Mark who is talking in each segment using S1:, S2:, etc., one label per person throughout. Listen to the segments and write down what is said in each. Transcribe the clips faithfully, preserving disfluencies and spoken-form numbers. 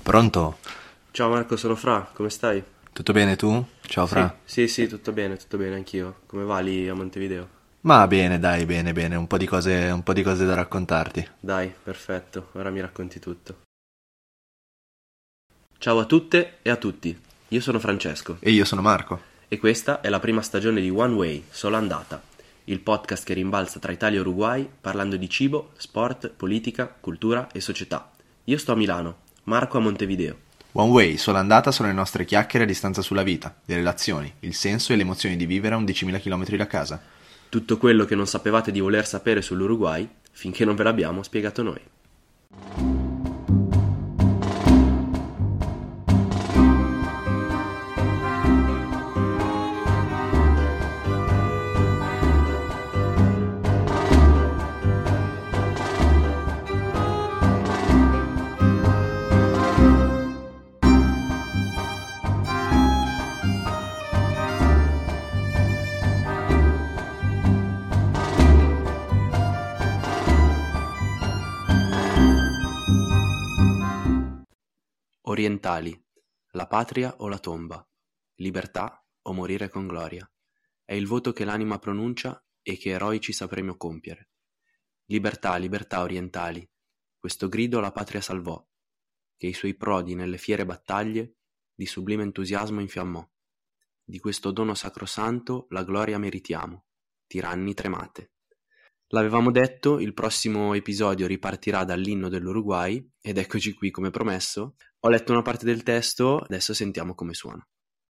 S1: Pronto?
S2: Ciao Marco, sono Fra, come stai?
S1: Tutto bene tu? Ciao Fra.
S2: Sì, sì, sì, tutto bene, tutto bene, anch'io. Come va lì a Montevideo?
S1: Ma bene, dai, bene, bene, un po' di cose, un po' di cose da raccontarti.
S2: Dai, perfetto, ora mi racconti tutto. Ciao a tutte e a tutti, io sono Francesco
S1: E io sono Marco.
S2: e questa è la prima stagione di One Way, Sola Andata, il podcast che rimbalza tra Italia e Uruguay parlando di cibo, sport, politica, cultura e società. Io sto a Milano, Marco a Montevideo.
S1: One Way, sola andata sono le nostre chiacchiere a distanza sulla vita, le relazioni, il senso e le emozioni di vivere a undicimila chilometri da casa.
S2: Tutto quello che non sapevate di voler sapere sull'Uruguay finché non ve l'abbiamo spiegato noi. Orientali, la patria o la tomba, libertà o morire con gloria. È il voto che l'anima pronuncia e che eroici sapremo compiere. Libertà, libertà orientali, questo grido la patria salvò, che i suoi prodi nelle fiere battaglie di sublime entusiasmo infiammò. Di questo dono sacrosanto la gloria meritiamo, tiranni tremate. L'avevamo detto, il prossimo episodio ripartirà dall'inno dell'Uruguay ed eccoci qui come promesso. Ho letto una parte del testo, adesso sentiamo come suona.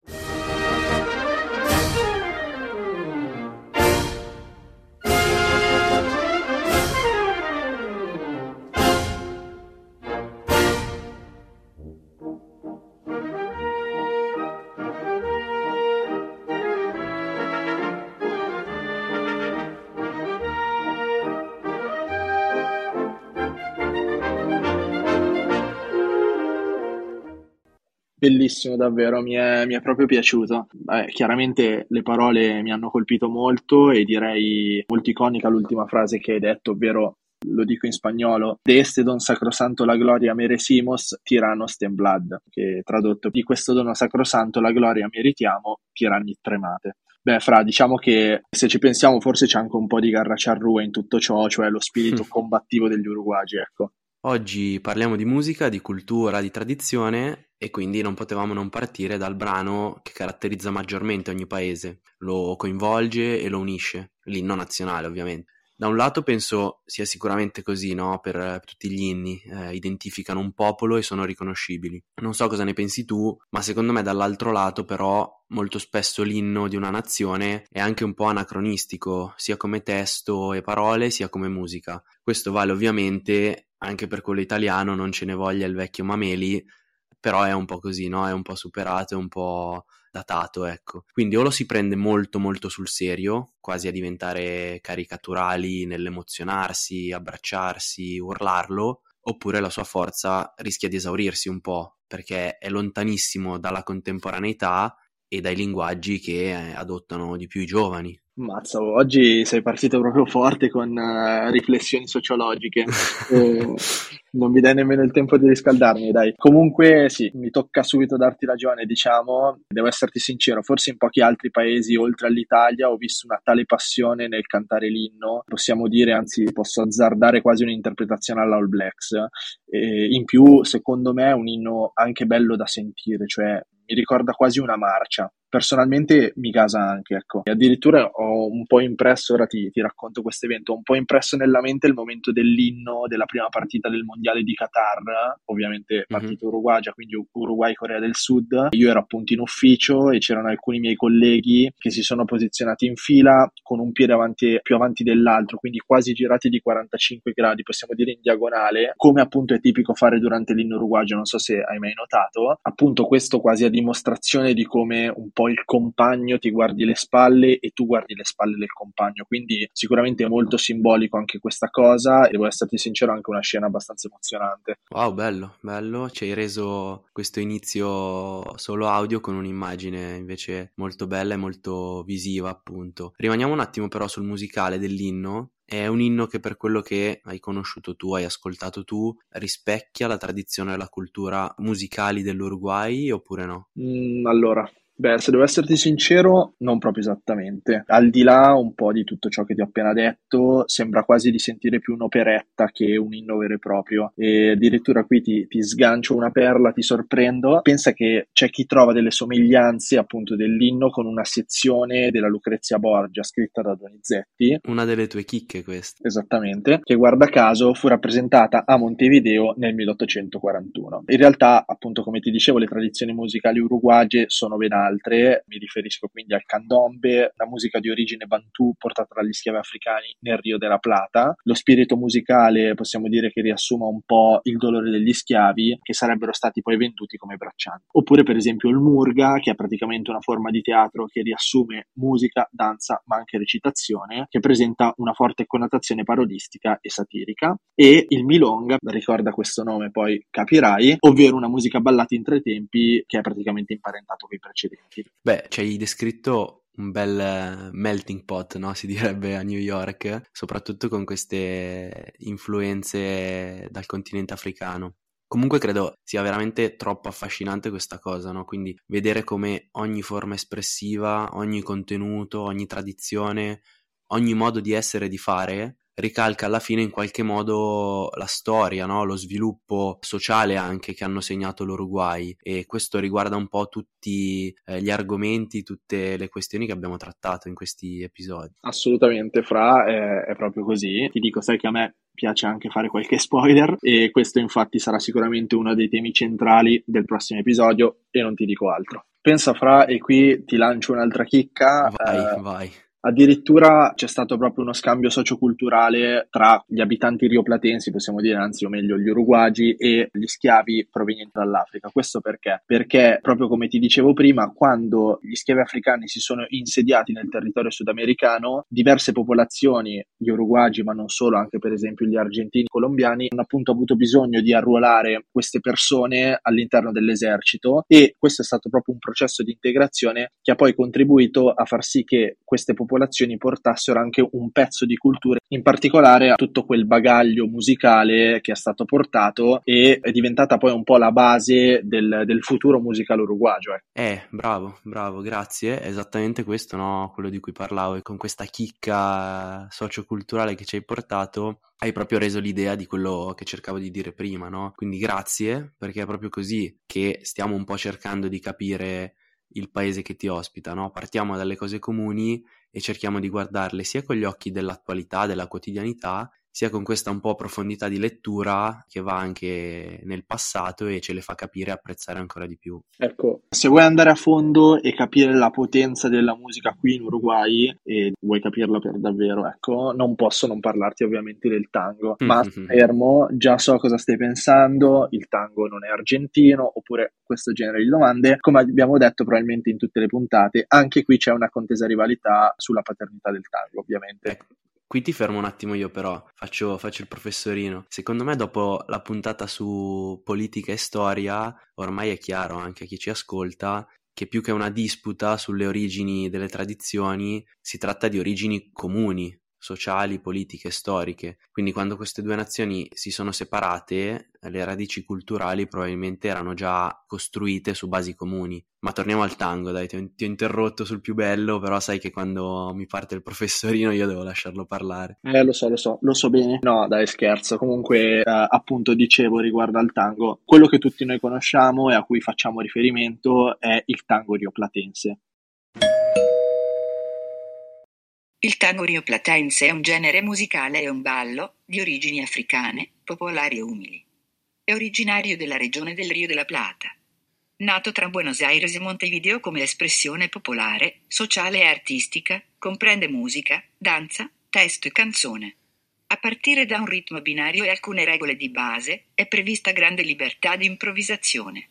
S3: Bellissimo, davvero, mi è, mi è proprio piaciuto. Beh, chiaramente le parole mi hanno colpito molto e direi molto iconica l'ultima frase che hai detto, ovvero, lo dico in spagnolo, de este don sacrosanto la gloria merecimos, tiranos temblad, che tradotto, di questo dono sacrosanto la gloria meritiamo, tiranni tremate. Beh, Fra, diciamo che se ci pensiamo forse c'è anche un po' di Garra Charrua in tutto ciò, cioè lo spirito combattivo degli uruguagi, ecco.
S2: Oggi parliamo di musica, di cultura, di tradizione e quindi non potevamo non partire dal brano che caratterizza maggiormente ogni paese, lo coinvolge e lo unisce, l'inno nazionale ovviamente. Da un lato penso sia sicuramente così, no? Per, per tutti gli inni, eh, identificano un popolo e sono riconoscibili. Non so cosa ne pensi tu, ma secondo me dall'altro lato però molto spesso l'inno di una nazione è anche un po' anacronistico, sia come testo e parole, sia come musica. Questo vale ovviamente anche per quello italiano, non ce ne voglia il vecchio Mameli, però è un po' così, no? È un po' superato, è un po' datato, ecco. Quindi o lo si prende molto molto sul serio, quasi a diventare caricaturali nell'emozionarsi, abbracciarsi, urlarlo, oppure la sua forza rischia di esaurirsi un po', perché è lontanissimo dalla contemporaneità e dai linguaggi che eh, adottano di più i giovani.
S3: Mazza, oggi sei partito proprio forte con eh, riflessioni sociologiche. Eh, non mi dai nemmeno il tempo di riscaldarmi, dai. Comunque, sì, mi tocca subito darti ragione, diciamo. Devo esserti sincero, forse in pochi altri paesi oltre all'Italia ho visto una tale passione nel cantare l'inno. Possiamo dire, anzi, posso azzardare quasi un'interpretazione all'All Blacks. E in più, secondo me, è un inno anche bello da sentire, cioè mi ricorda quasi una marcia. Personalmente mi gasa anche, ecco. E addirittura ho un po' impresso, ora ti, ti racconto questo evento, ho un po' impresso nella mente il momento dell'inno della prima partita del mondiale di Qatar, ovviamente partita
S2: Mhm.
S3: uruguagia, quindi Uruguay-Corea del Sud. Io ero appunto in ufficio e c'erano alcuni miei colleghi che si sono posizionati in fila con un piede avanti, più avanti dell'altro, quindi quasi girati di quarantacinque gradi, possiamo dire in diagonale, come appunto è tipico fare durante l'inno uruguagio, non so se hai mai notato. Appunto questo quasi a dimostrazione di come un po' il compagno ti guardi le spalle e tu guardi le spalle del compagno, quindi sicuramente è molto simbolico anche questa cosa e devo esserti sincero, anche una scena abbastanza emozionante.
S2: Wow, bello, bello, ci hai reso questo inizio solo audio con un'immagine invece molto bella e molto visiva, appunto. Rimaniamo un attimo però sul musicale dell'inno. È un inno che, per quello che hai conosciuto tu, hai ascoltato tu, rispecchia la tradizione e la cultura musicali dell'Uruguay oppure no?
S3: Mm, allora, beh, se devo esserti sincero, non proprio esattamente. Al di là un po' di tutto ciò che ti ho appena detto, sembra quasi di sentire più un'operetta che un inno vero e proprio. E addirittura qui ti, ti sgancio una perla, ti sorprendo. Pensa che c'è chi trova delle somiglianze appunto dell'inno con una sezione della Lucrezia Borgia scritta da Donizetti.
S2: Una delle tue chicche questa.
S3: Esattamente, che guarda caso fu rappresentata a Montevideo nel milleottocentoquarantuno. In realtà, appunto, come ti dicevo, le tradizioni musicali uruguagie sono ben altre, mi riferisco quindi al candombe, una musica di origine bantù portata dagli schiavi africani nel Rio della Plata. Lo spirito musicale possiamo dire che riassuma un po' il dolore degli schiavi, che sarebbero stati poi venduti come braccianti. Oppure per esempio il murga, che è praticamente una forma di teatro che riassume musica, danza, ma anche recitazione, che presenta una forte connotazione parodistica e satirica. E il milonga, ricorda questo nome poi capirai, ovvero una musica ballata in tre tempi che è praticamente imparentato con i precedenti.
S2: Beh, ci hai descritto un bel eh, melting pot, no? Si direbbe a New York, soprattutto con queste influenze dal continente africano. Comunque credo sia veramente troppo affascinante questa cosa, no? Quindi vedere come ogni forma espressiva, ogni contenuto, ogni tradizione, ogni modo di essere e di fare ricalca alla fine in qualche modo la storia, no? Lo sviluppo sociale anche che hanno segnato l'Uruguay, e questo riguarda un po' tutti eh, gli argomenti, tutte le questioni che abbiamo trattato in questi episodi.
S3: Assolutamente, Fra, è, è proprio così. Ti dico, sai che a me piace anche fare qualche spoiler, e questo infatti sarà sicuramente uno dei temi centrali del prossimo episodio, e non ti dico altro. Pensa, Fra, e qui ti lancio un'altra chicca.
S2: Vai,
S3: eh,
S2: vai.
S3: Addirittura c'è stato proprio uno scambio socioculturale tra gli abitanti rioplatensi, possiamo dire, anzi o meglio gli uruguagi, e gli schiavi provenienti dall'Africa. Questo perché? Perché proprio come ti dicevo prima, quando gli schiavi africani si sono insediati nel territorio sudamericano, diverse popolazioni, gli uruguagi ma non solo, anche per esempio gli argentini, i colombiani, hanno appunto avuto bisogno di arruolare queste persone all'interno dell'esercito, e questo è stato proprio un processo di integrazione che ha poi contribuito a far sì che queste popolazioni portassero anche un pezzo di cultura, in particolare a tutto quel bagaglio musicale che è stato portato, e è diventata poi un po' la base del, del futuro musicale uruguagio. Eh.
S2: Eh, bravo, bravo, grazie. È esattamente questo, no? Quello di cui parlavo, e con questa chicca socioculturale che ci hai portato hai proprio reso l'idea di quello che cercavo di dire prima, no? Quindi grazie, perché è proprio così che stiamo un po' cercando di capire il paese che ti ospita, no? Partiamo dalle cose comuni e cerchiamo di guardarle sia con gli occhi dell'attualità, della quotidianità, sia con questa un po' profondità di lettura che va anche nel passato e ce le fa capire e apprezzare ancora di più.
S3: Ecco, se vuoi andare a fondo e capire la potenza della musica qui in Uruguay, e vuoi capirla per davvero, ecco, non posso non parlarti ovviamente del tango, ma fermo, già so cosa stai pensando, il tango non è argentino, oppure questo genere di domande. Come abbiamo detto probabilmente in tutte le puntate, anche qui c'è una contesa rivalità sulla paternità del tango, ovviamente.
S2: Ecco. Qui ti fermo un attimo io però, faccio, faccio il professorino. Secondo me dopo la puntata su politica e storia, ormai è chiaro anche a chi ci ascolta che più che una disputa sulle origini delle tradizioni, si tratta di origini comuni, sociali, politiche, storiche. Quindi quando queste due nazioni si sono separate, le radici culturali probabilmente erano già costruite su basi comuni. Ma torniamo al tango, dai, ti ho, ti ho interrotto sul più bello, però sai che quando mi parte il professorino io devo lasciarlo parlare.
S3: Eh, lo so, lo so, lo so bene. No, dai, scherzo. Comunque, eh, appunto, dicevo riguardo al tango, quello che tutti noi conosciamo e a cui facciamo riferimento è il tango rioplatense.
S4: Il tango rioplatense è un genere musicale e un ballo di origini africane, popolari e umili. È originario della regione del Rio della Plata. Nato tra Buenos Aires e Montevideo come espressione popolare, sociale e artistica, comprende musica, danza, testo e canzone. A partire da un ritmo binario e alcune regole di base, è prevista grande libertà di improvvisazione.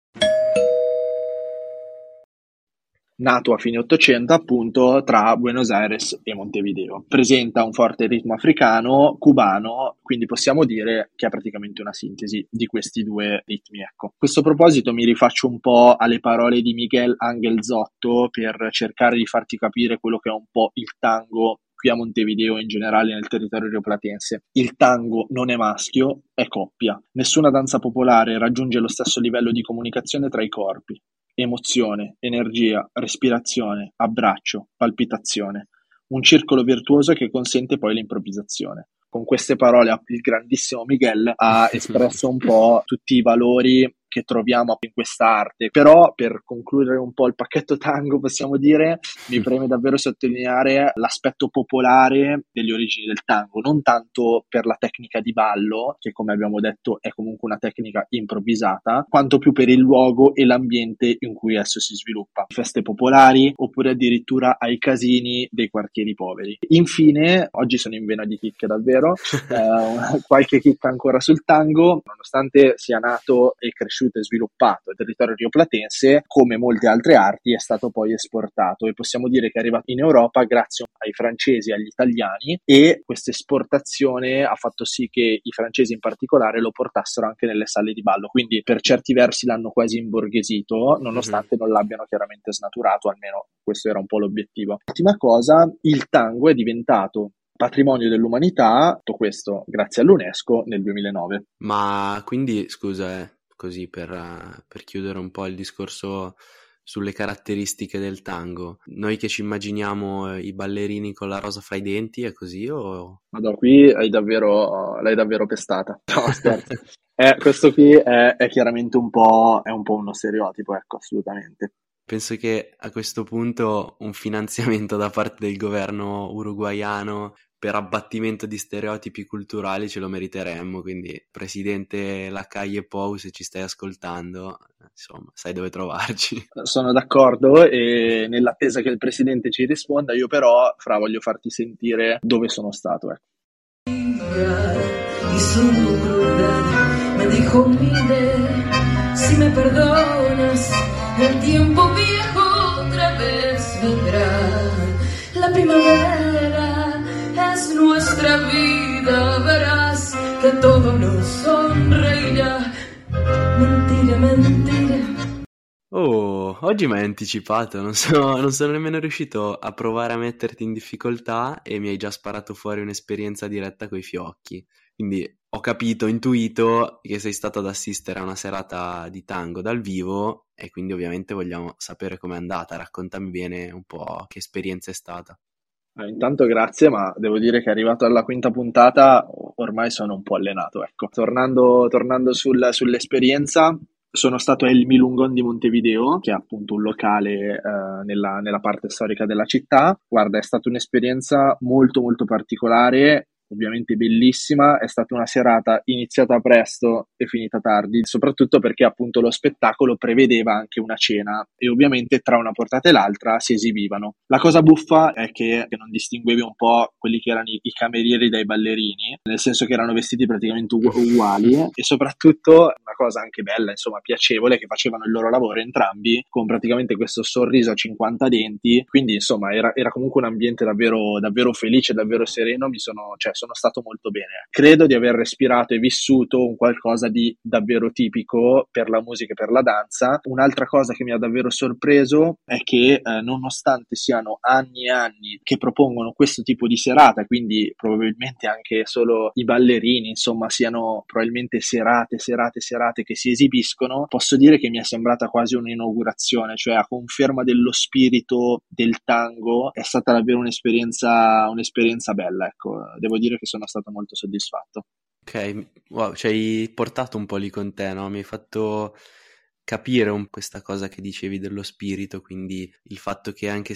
S3: Nato a fine Ottocento appunto tra Buenos Aires e Montevideo. Presenta un forte ritmo africano, cubano, quindi possiamo dire che è praticamente una sintesi di questi due ritmi. Ecco. A questo proposito mi rifaccio un po' alle parole di Miguel Ángel Zotto per cercare di farti capire quello che è un po' il tango qui a Montevideo e in generale nel territorio rioplatense. Il tango non è maschio, è coppia. Nessuna danza popolare raggiunge lo stesso livello di comunicazione tra i corpi. Emozione, energia, respirazione, abbraccio, palpitazione. Un circolo virtuoso che consente poi l'improvvisazione. Con queste parole il grandissimo Miguel ha espresso un po' tutti i valori che troviamo in questa arte. Però, per concludere un po' il pacchetto tango, possiamo dire, mi preme davvero sottolineare l'aspetto popolare delle origini del tango, non tanto per la tecnica di ballo, che come abbiamo detto è comunque una tecnica improvvisata, quanto più per il luogo e l'ambiente in cui esso si sviluppa. Feste popolari, oppure addirittura ai casini dei quartieri poveri. Infine, oggi sono in vena di chicche davvero, eh, qualche chicca ancora sul tango, nonostante sia nato e cresciuto e sviluppato il territorio rioplatense, come molte altre arti è stato poi esportato e possiamo dire che è arrivato in Europa grazie ai francesi e agli italiani, e questa esportazione ha fatto sì che i francesi in particolare lo portassero anche nelle sale di ballo, quindi per certi versi l'hanno quasi imborghesito, nonostante mm-hmm. non l'abbiano chiaramente snaturato, almeno questo era un po' l'obiettivo. Ultima cosa, il tango è diventato patrimonio dell'umanità, tutto questo grazie all'UNESCO nel duemilanove.
S2: Ma quindi, scusa, eh, così per, uh, per chiudere un po' il discorso sulle caratteristiche del tango, noi che ci immaginiamo i ballerini con la rosa fra i denti, è così o...
S3: Madonna, qui hai davvero, l'hai davvero pestata. No, scherzo. eh, questo qui è, è chiaramente un po', è un po' uno stereotipo, ecco, assolutamente.
S2: Penso che a questo punto un finanziamento da parte del governo uruguaiano per abbattimento di stereotipi culturali ce lo meriteremmo, quindi presidente Lacalle Pou, se ci stai ascoltando, insomma, sai dove trovarci.
S3: Sono d'accordo, e nell'attesa che il presidente ci risponda, io però, Fra, voglio farti sentire dove sono stato. Ecco.
S5: Y su crueldad me dijo, mire, si me perdonas, el tiempo viejo otra vez vendrá, la primavera es nuestra vida, verás que todo nos sonreirá. Mentira, mentira.
S2: Oh, oggi mi hai anticipato, non so, non sono nemmeno riuscito a provare a metterti in difficoltà e mi hai già sparato fuori un'esperienza diretta coi fiocchi. Quindi ho capito, intuito che sei stato ad assistere a una serata di tango dal vivo e quindi ovviamente vogliamo sapere com'è andata. Raccontami bene un po' che esperienza è stata.
S3: Eh, intanto grazie, ma devo dire che arrivato alla quinta puntata ormai sono un po' allenato, ecco. Tornando, tornando sul, sull'esperienza, sono stato a El Milungón di Montevideo, che è appunto un locale eh, nella, nella parte storica della città. Guarda, è stata un'esperienza molto molto particolare, ovviamente bellissima. È stata una serata iniziata presto e finita tardi, soprattutto perché appunto lo spettacolo prevedeva anche una cena e ovviamente tra una portata e l'altra si esibivano. La cosa buffa è che, che non distinguevi un po' quelli che erano i, i camerieri dai ballerini, nel senso che erano vestiti praticamente ugu- uguali e soprattutto una cosa anche bella, insomma piacevole, che facevano il loro lavoro entrambi con praticamente questo sorriso a cinquanta denti, quindi insomma era, era comunque un ambiente davvero, davvero felice, davvero sereno. Mi sono, cioè, sono stato molto bene. Credo di aver respirato e vissuto un qualcosa di davvero tipico per la musica e per la danza. Un'altra cosa che mi ha davvero sorpreso è che eh, nonostante siano anni e anni che propongono questo tipo di serata, quindi probabilmente anche solo i ballerini, insomma, siano probabilmente serate, serate, serate che si esibiscono, posso dire che mi è sembrata quasi un'inaugurazione, cioè a conferma dello spirito del tango. È stata davvero un'esperienza, un'esperienza bella, ecco. Devo dire che sono stato molto soddisfatto.
S2: Ok, wow, ci hai portato un po' lì con te, no? Mi hai fatto capire un, questa cosa che dicevi dello spirito, quindi il fatto che anche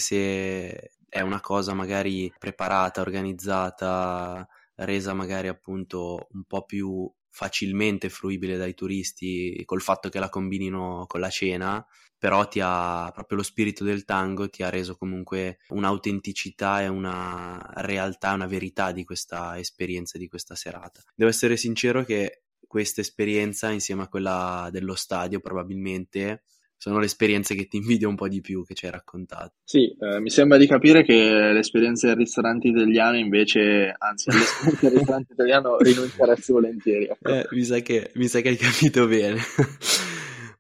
S2: se è una cosa magari preparata, organizzata, resa magari appunto un po' più facilmente fruibile dai turisti col fatto che la combinino con la cena, però ti ha proprio lo spirito del tango ti ha reso comunque un'autenticità e una realtà, una verità di questa esperienza, di questa serata. Devo essere sincero che questa esperienza insieme a quella dello stadio probabilmente sono le esperienze che ti invidio un po' di più, che ci hai raccontato.
S3: Sì, eh, mi sembra di capire che l'esperienza del ristorante italiano invece, anzi all'esperienza del ristorante italiano rinunceresti volentieri. Ecco.
S2: Eh, mi sa che, mi sa che hai capito bene.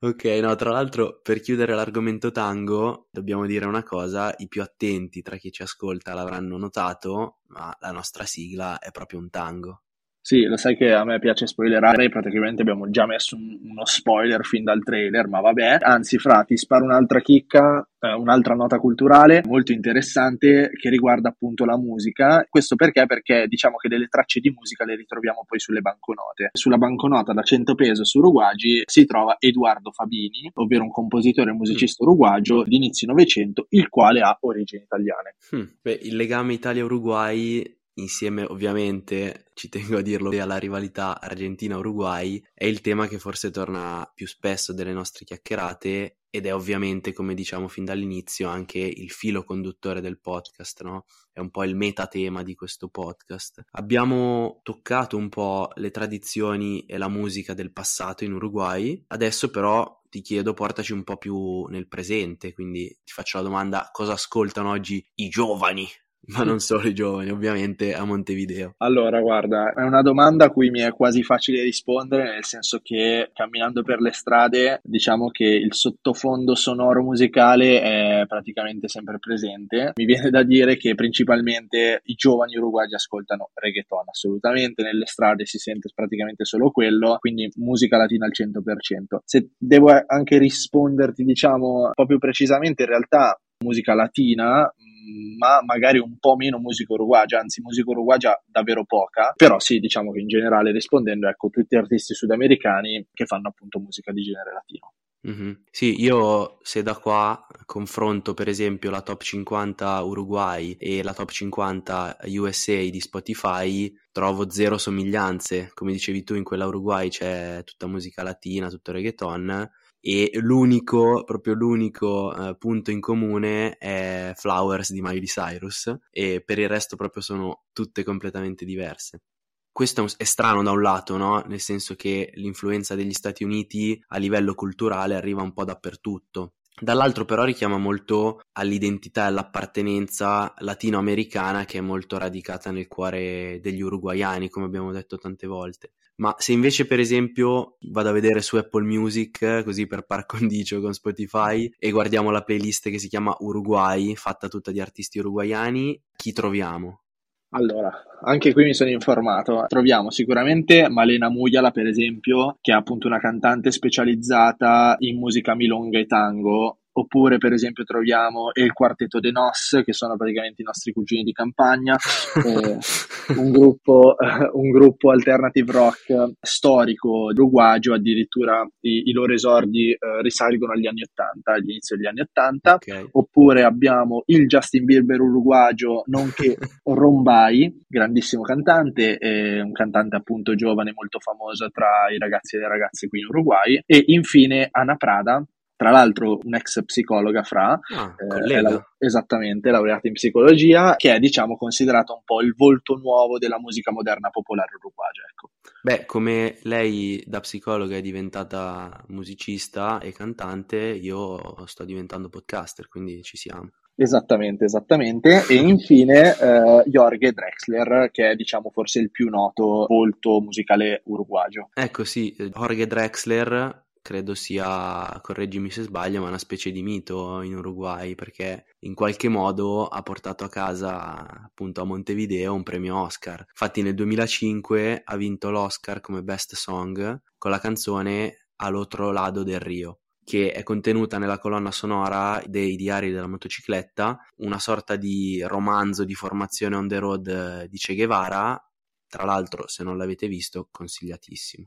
S2: Ok, no, tra l'altro per chiudere l'argomento tango dobbiamo dire una cosa, i più attenti tra chi ci ascolta l'avranno notato, ma la nostra sigla è proprio un tango.
S3: Sì, lo sai che a me piace spoilerare, praticamente abbiamo già messo un- uno spoiler fin dal trailer, ma vabbè. Anzi, Fra, ti sparo un'altra chicca, eh, un'altra nota culturale molto interessante che riguarda appunto la musica. Questo perché? Perché diciamo che delle tracce di musica le ritroviamo poi sulle banconote. Sulla banconota da cento peso su uruguagi si trova Eduardo Fabini, ovvero un compositore e musicista uruguagio di inizio Novecento, il quale ha origini italiane.
S2: Hmm, Beh, il legame Italia-Uruguay, insieme ovviamente, ci tengo a dirlo, alla rivalità Argentina-Uruguay, è il tema che forse torna più spesso delle nostre chiacchierate ed è ovviamente, come diciamo fin dall'inizio, anche il filo conduttore del podcast, no? È un po' il metatema di questo podcast. Abbiamo toccato un po' le tradizioni e la musica del passato in Uruguay, adesso però ti chiedo, portaci un po' più nel presente, quindi ti faccio la domanda: cosa ascoltano oggi i giovani? Ma non solo i giovani, ovviamente, a Montevideo.
S3: Allora, guarda, è una domanda a cui mi è quasi facile rispondere, nel senso che camminando per le strade, diciamo che il sottofondo sonoro musicale è praticamente sempre presente. Mi viene da dire che principalmente i giovani uruguagi ascoltano reggaeton, assolutamente, nelle strade si sente praticamente solo quello, quindi musica latina al cento per cento. Se devo anche risponderti, diciamo, un po' più precisamente, in realtà musica latina, ma magari un po' meno musica uruguagia, anzi musica uruguagia davvero poca, però sì, diciamo che in generale rispondendo, ecco, tutti artisti sudamericani che fanno appunto musica di genere latino.
S2: Mm-hmm. Sì, io se da qua confronto per esempio la top cinquanta Uruguay e la top cinquanta U S A di Spotify, trovo zero somiglianze. Come dicevi tu, in quella Uruguay c'è tutta musica latina, tutto reggaeton, e l'unico, proprio l'unico eh, punto in comune è Flowers di Miley Cyrus, e per il resto proprio sono tutte completamente diverse. Questo è, un, è strano da un lato, no? Nel senso che l'influenza degli Stati Uniti a livello culturale arriva un po' dappertutto. Dall'altro però richiama molto all'identità e all'appartenenza latinoamericana, che è molto radicata nel cuore degli uruguaiani, come abbiamo detto tante volte. Ma se invece per esempio vado a vedere su Apple Music, così per par condicio con Spotify, e guardiamo la playlist che si chiama Uruguay, fatta tutta di artisti uruguaiani, chi troviamo?
S3: Allora, anche qui mi sono informato. Troviamo sicuramente Malena Muyala, per esempio, che è appunto una cantante specializzata in musica milonga e tango. Oppure, per esempio, troviamo El Quarteto de Nos, che sono praticamente i nostri cugini di campagna, eh, un gruppo, eh, un gruppo alternative rock storico uruguagio, addirittura i, i loro esordi eh, risalgono agli anni ottanta, all'inizio degli anni ottanta.
S2: Okay.
S3: Oppure abbiamo il Justin Bieber uruguagio, nonché Rombay, grandissimo cantante, eh, un cantante appunto giovane molto famoso tra i ragazzi e le ragazze qui in Uruguay. E infine Ana Prada, tra l'altro un'ex psicologa, Fra,
S2: Ah,
S3: eh,
S2: collega.
S3: è la- esattamente, laureata in psicologia, che è diciamo considerata un po' il volto nuovo della musica moderna popolare uruguagia, ecco.
S2: Beh, come lei da psicologa è diventata musicista e cantante, io sto diventando podcaster, quindi ci siamo.
S3: Esattamente, esattamente. E infine eh, Jorge Drexler, che è diciamo forse il più noto volto musicale uruguagio.
S2: Ecco sì, eh, Jorge Drexler credo sia, correggimi se sbaglio, ma una specie di mito in Uruguay, perché in qualche modo ha portato a casa appunto a Montevideo un premio Oscar. Infatti nel duemilacinque ha vinto l'Oscar come Best Song con la canzone Al otro lado del Rio, che è contenuta nella colonna sonora dei Diari della motocicletta, una sorta di romanzo di formazione on the road di Che Guevara. Tra l'altro, se non l'avete visto, consigliatissimo.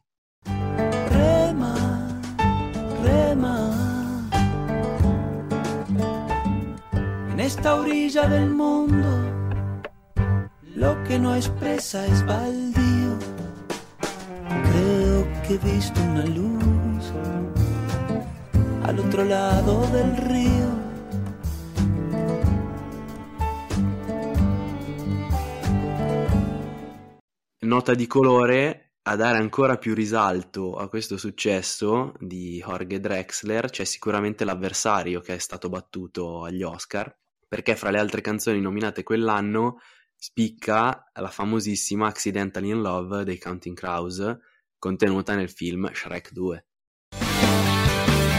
S5: Rema, rema, en esta orilla del mundo, lo que no expresa es baldío. Creo que he visto una luz al otro lado del río.
S2: Nota di colore: a dare ancora più risalto a questo successo di Jorge Drexler c'è sicuramente l'avversario che è stato battuto agli Oscar, perché fra le altre canzoni nominate quell'anno spicca la famosissima Accidentally in Love dei Counting Crows, contenuta nel film Shrek due.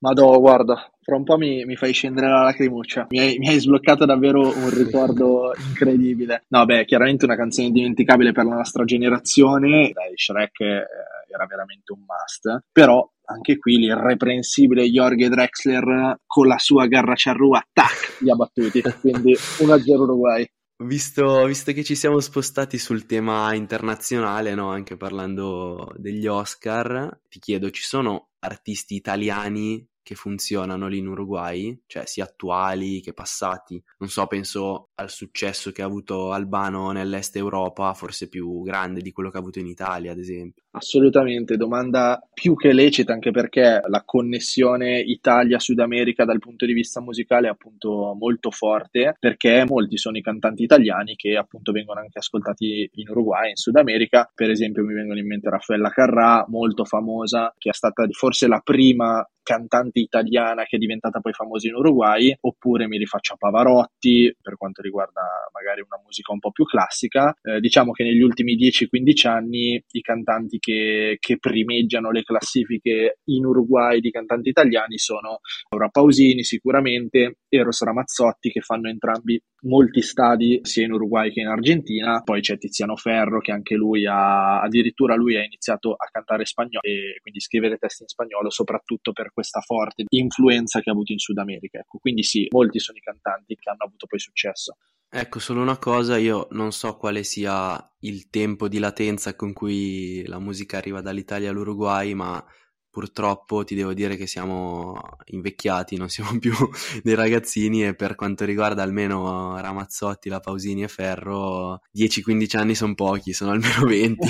S3: Madò, guarda, fra un po' mi, mi fai scendere la lacrimuccia. Mi hai, mi hai sbloccato davvero un ricordo incredibile. No, beh, chiaramente una canzone indimenticabile per la nostra generazione. Dai, Shrek eh, era veramente un must. Però anche qui l'irreprensibile Jorge Drexler con la sua garra charrua, tac, li ha battuti. Quindi uno a zero Uruguay.
S2: Visto, visto che ci siamo spostati sul tema internazionale, no? Anche parlando degli Oscar, ti chiedo, ci sono artisti italiani che funzionano lì in Uruguay? Cioè sia attuali che passati? Non so, penso al successo che ha avuto Albano nell'Est Europa, forse più grande di quello che ha avuto in Italia, ad esempio.
S3: Assolutamente, domanda più che lecita, anche perché la connessione Italia-Sud America dal punto di vista musicale è appunto molto forte, perché molti sono i cantanti italiani che appunto vengono anche ascoltati in Uruguay, in Sud America. Per esempio mi vengono in mente Raffaella Carrà, molto famosa, che è stata forse la prima cantante italiana che è diventata poi famosa in Uruguay, oppure mi rifaccio a Pavarotti per quanto riguarda magari una musica un po' più classica. Eh, diciamo che negli ultimi dieci quindici anni i cantanti che, che primeggiano le classifiche in Uruguay di cantanti italiani sono Laura Pausini sicuramente, Eros Ramazzotti, che fanno entrambi molti stadi sia in Uruguay che in Argentina. Poi c'è Tiziano Ferro, che anche lui ha addirittura lui ha iniziato a cantare spagnolo e quindi scrivere testi in spagnolo, soprattutto per questa forte influenza che ha avuto in Sud America. Ecco, quindi sì, molti sono i cantanti che hanno avuto poi successo.
S2: Ecco, solo una cosa, io non so quale sia il tempo di latenza con cui la musica arriva dall'Italia all'Uruguay, ma purtroppo ti devo dire che siamo invecchiati, non siamo più dei ragazzini, e per quanto riguarda almeno Ramazzotti, la Pausini e Ferro, dieci quindici anni sono pochi, sono almeno venti.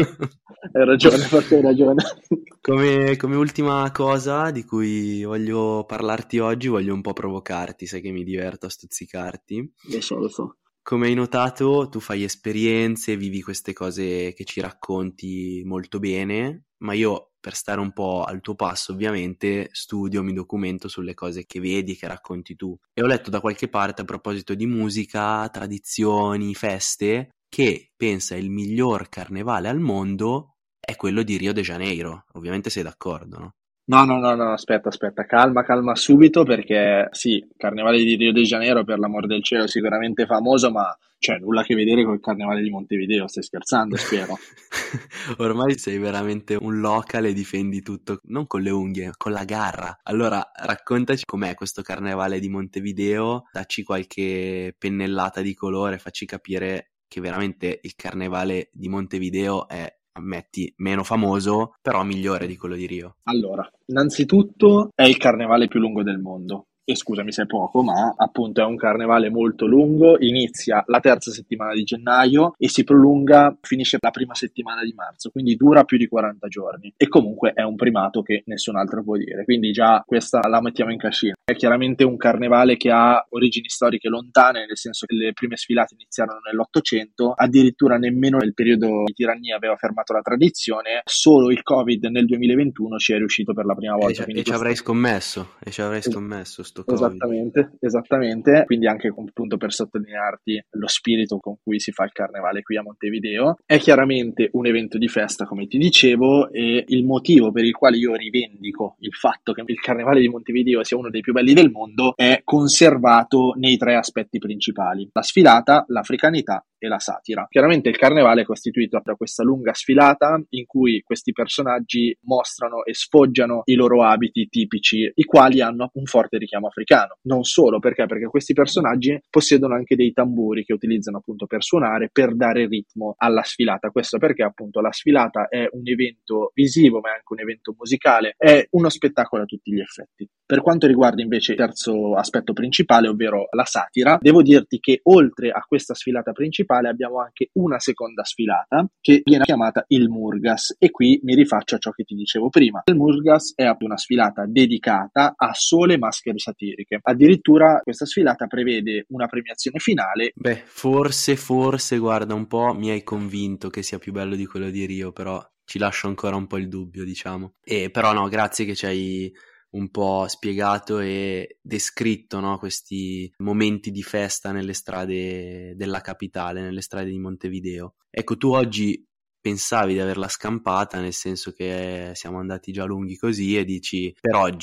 S3: Hai ragione, forse hai ragione.
S2: Come, come ultima cosa di cui voglio parlarti oggi, voglio un po' provocarti, sai che mi diverto a stuzzicarti.
S3: Lo so, lo so.
S2: Come hai notato, tu fai esperienze, vivi queste cose che ci racconti molto bene, ma io, per stare un po' al tuo passo, ovviamente studio, mi documento sulle cose che vedi, che racconti tu. E ho letto da qualche parte, a proposito di musica, tradizioni, feste, che pensa il miglior carnevale al mondo è quello di Rio de Janeiro. Ovviamente sei d'accordo, no?
S3: No, no, no, no, aspetta, aspetta, calma, calma subito, perché sì, Carnevale di Rio de Janeiro, per l'amor del cielo, sicuramente famoso, ma c'è nulla a che vedere col Carnevale di Montevideo, stai scherzando, spero.
S2: Ormai sei veramente un local e difendi tutto, non con le unghie, con la garra. Allora, raccontaci com'è questo Carnevale di Montevideo, dacci qualche pennellata di colore, facci capire che veramente il Carnevale di Montevideo è, ammetti, meno famoso, però migliore di quello di Rio.
S3: Allora, innanzitutto è il carnevale più lungo del mondo. E scusami se è poco, ma appunto è un carnevale molto lungo, inizia la terza settimana di gennaio e si prolunga, finisce la prima settimana di marzo, quindi dura più di quaranta giorni. E comunque è un primato che nessun altro può dire, quindi già questa la mettiamo in cascina. È chiaramente un carnevale che ha origini storiche lontane, nel senso che le prime sfilate iniziarono nell'Ottocento, addirittura nemmeno nel periodo di tirannia aveva fermato la tradizione, solo il Covid nel duemilaventuno ci è riuscito per la prima volta.
S2: E ci,
S3: quindi
S2: e ci
S3: questo...
S2: avrei scommesso, e ci avrei scommesso.
S3: Esattamente, esattamente, quindi anche appunto per sottolinearti lo spirito con cui si fa il carnevale qui a Montevideo. È chiaramente un evento di festa, come ti dicevo, e il motivo per il quale io rivendico il fatto che il carnevale di Montevideo sia uno dei più belli del mondo è conservato nei tre aspetti principali: la sfilata, l'africanità e la satira. Chiaramente il carnevale è costituito da questa lunga sfilata in cui questi personaggi mostrano e sfoggiano i loro abiti tipici, i quali hanno un forte richiamo africano. Non solo, perché? Perché questi personaggi possiedono anche dei tamburi che utilizzano appunto per suonare, per dare ritmo alla sfilata. Questo perché appunto la sfilata è un evento visivo, ma è anche un evento musicale, è uno spettacolo a tutti gli effetti. Per quanto riguarda invece il terzo aspetto principale, ovvero la satira, devo dirti che oltre a questa sfilata principale abbiamo anche una seconda sfilata che viene chiamata il Murgas, e qui mi rifaccio a ciò che ti dicevo prima. Il Murgas è una sfilata dedicata a sole maschere satiriche. Addirittura questa sfilata prevede una premiazione finale.
S2: Beh, forse, forse, guarda, un po' mi hai convinto che sia più bello di quello di Rio, però ci lascio ancora un po' il dubbio, diciamo. E però no, grazie che ci hai un po' spiegato e descritto, no, questi momenti di festa nelle strade della capitale, nelle strade di Montevideo. Ecco, tu oggi pensavi di averla scampata, nel senso che siamo andati già lunghi così, e dici per oggi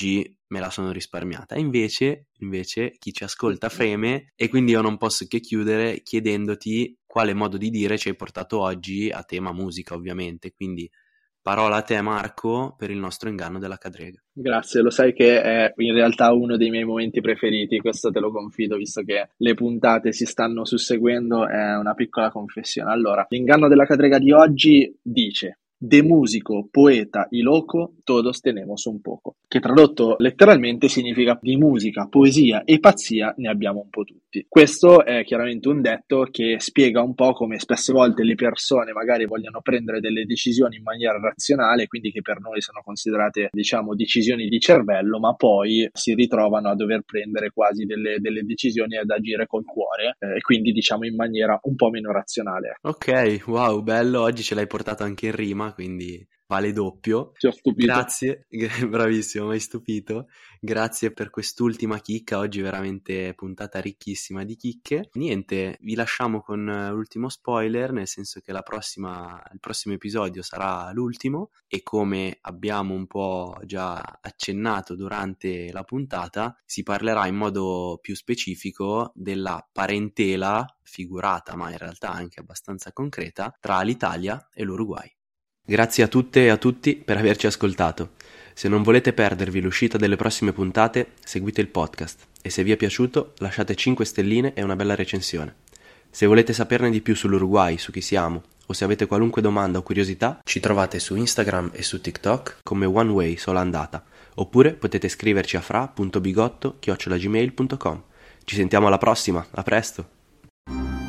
S2: me la sono risparmiata. Invece, invece chi ci ascolta freme, e quindi io non posso che chiudere chiedendoti quale modo di dire ci hai portato oggi a tema musica, ovviamente. Quindi parola a te, Marco, per il nostro inganno della cadrega.
S3: Grazie, lo sai che è in realtà uno dei miei momenti preferiti, questo te lo confido, visto che le puntate si stanno susseguendo, è una piccola confessione. Allora, l'inganno della cadrega di oggi dice: de músico, poeta y loco, todos tenemos un poco. Che tradotto letteralmente significa di musica, poesia e pazzia ne abbiamo un po' tutti. Questo è chiaramente un detto che spiega un po' come spesse volte le persone magari vogliono prendere delle decisioni in maniera razionale, quindi che per noi sono considerate, diciamo, decisioni di cervello, ma poi si ritrovano a dover prendere quasi delle, delle decisioni ad agire col cuore, eh, e quindi diciamo in maniera un po' meno razionale.
S2: Ok, wow, bello, oggi ce l'hai portato anche in rima, quindi vale doppio.
S3: Ti ho stupito.
S2: Grazie, bravissimo, mi hai stupito. Grazie per quest'ultima chicca, oggi veramente puntata ricchissima di chicche. Niente, vi lasciamo con l'ultimo spoiler, nel senso che la prossima, il prossimo episodio sarà l'ultimo, e come abbiamo un po' già accennato durante la puntata, si parlerà in modo più specifico della parentela figurata, ma in realtà anche abbastanza concreta, tra l'Italia e l'Uruguay. Grazie a tutte e a tutti per averci ascoltato. Se non volete perdervi l'uscita delle prossime puntate, seguite il podcast, e se vi è piaciuto lasciate cinque stelline e una bella recensione. Se volete saperne di più sull'Uruguay, su chi siamo, o se avete qualunque domanda o curiosità, ci trovate su Instagram e su TikTok come One Way sola andata, oppure potete scriverci a fra punto bigotto chiocciola gmail punto com. Ci sentiamo alla prossima, a presto!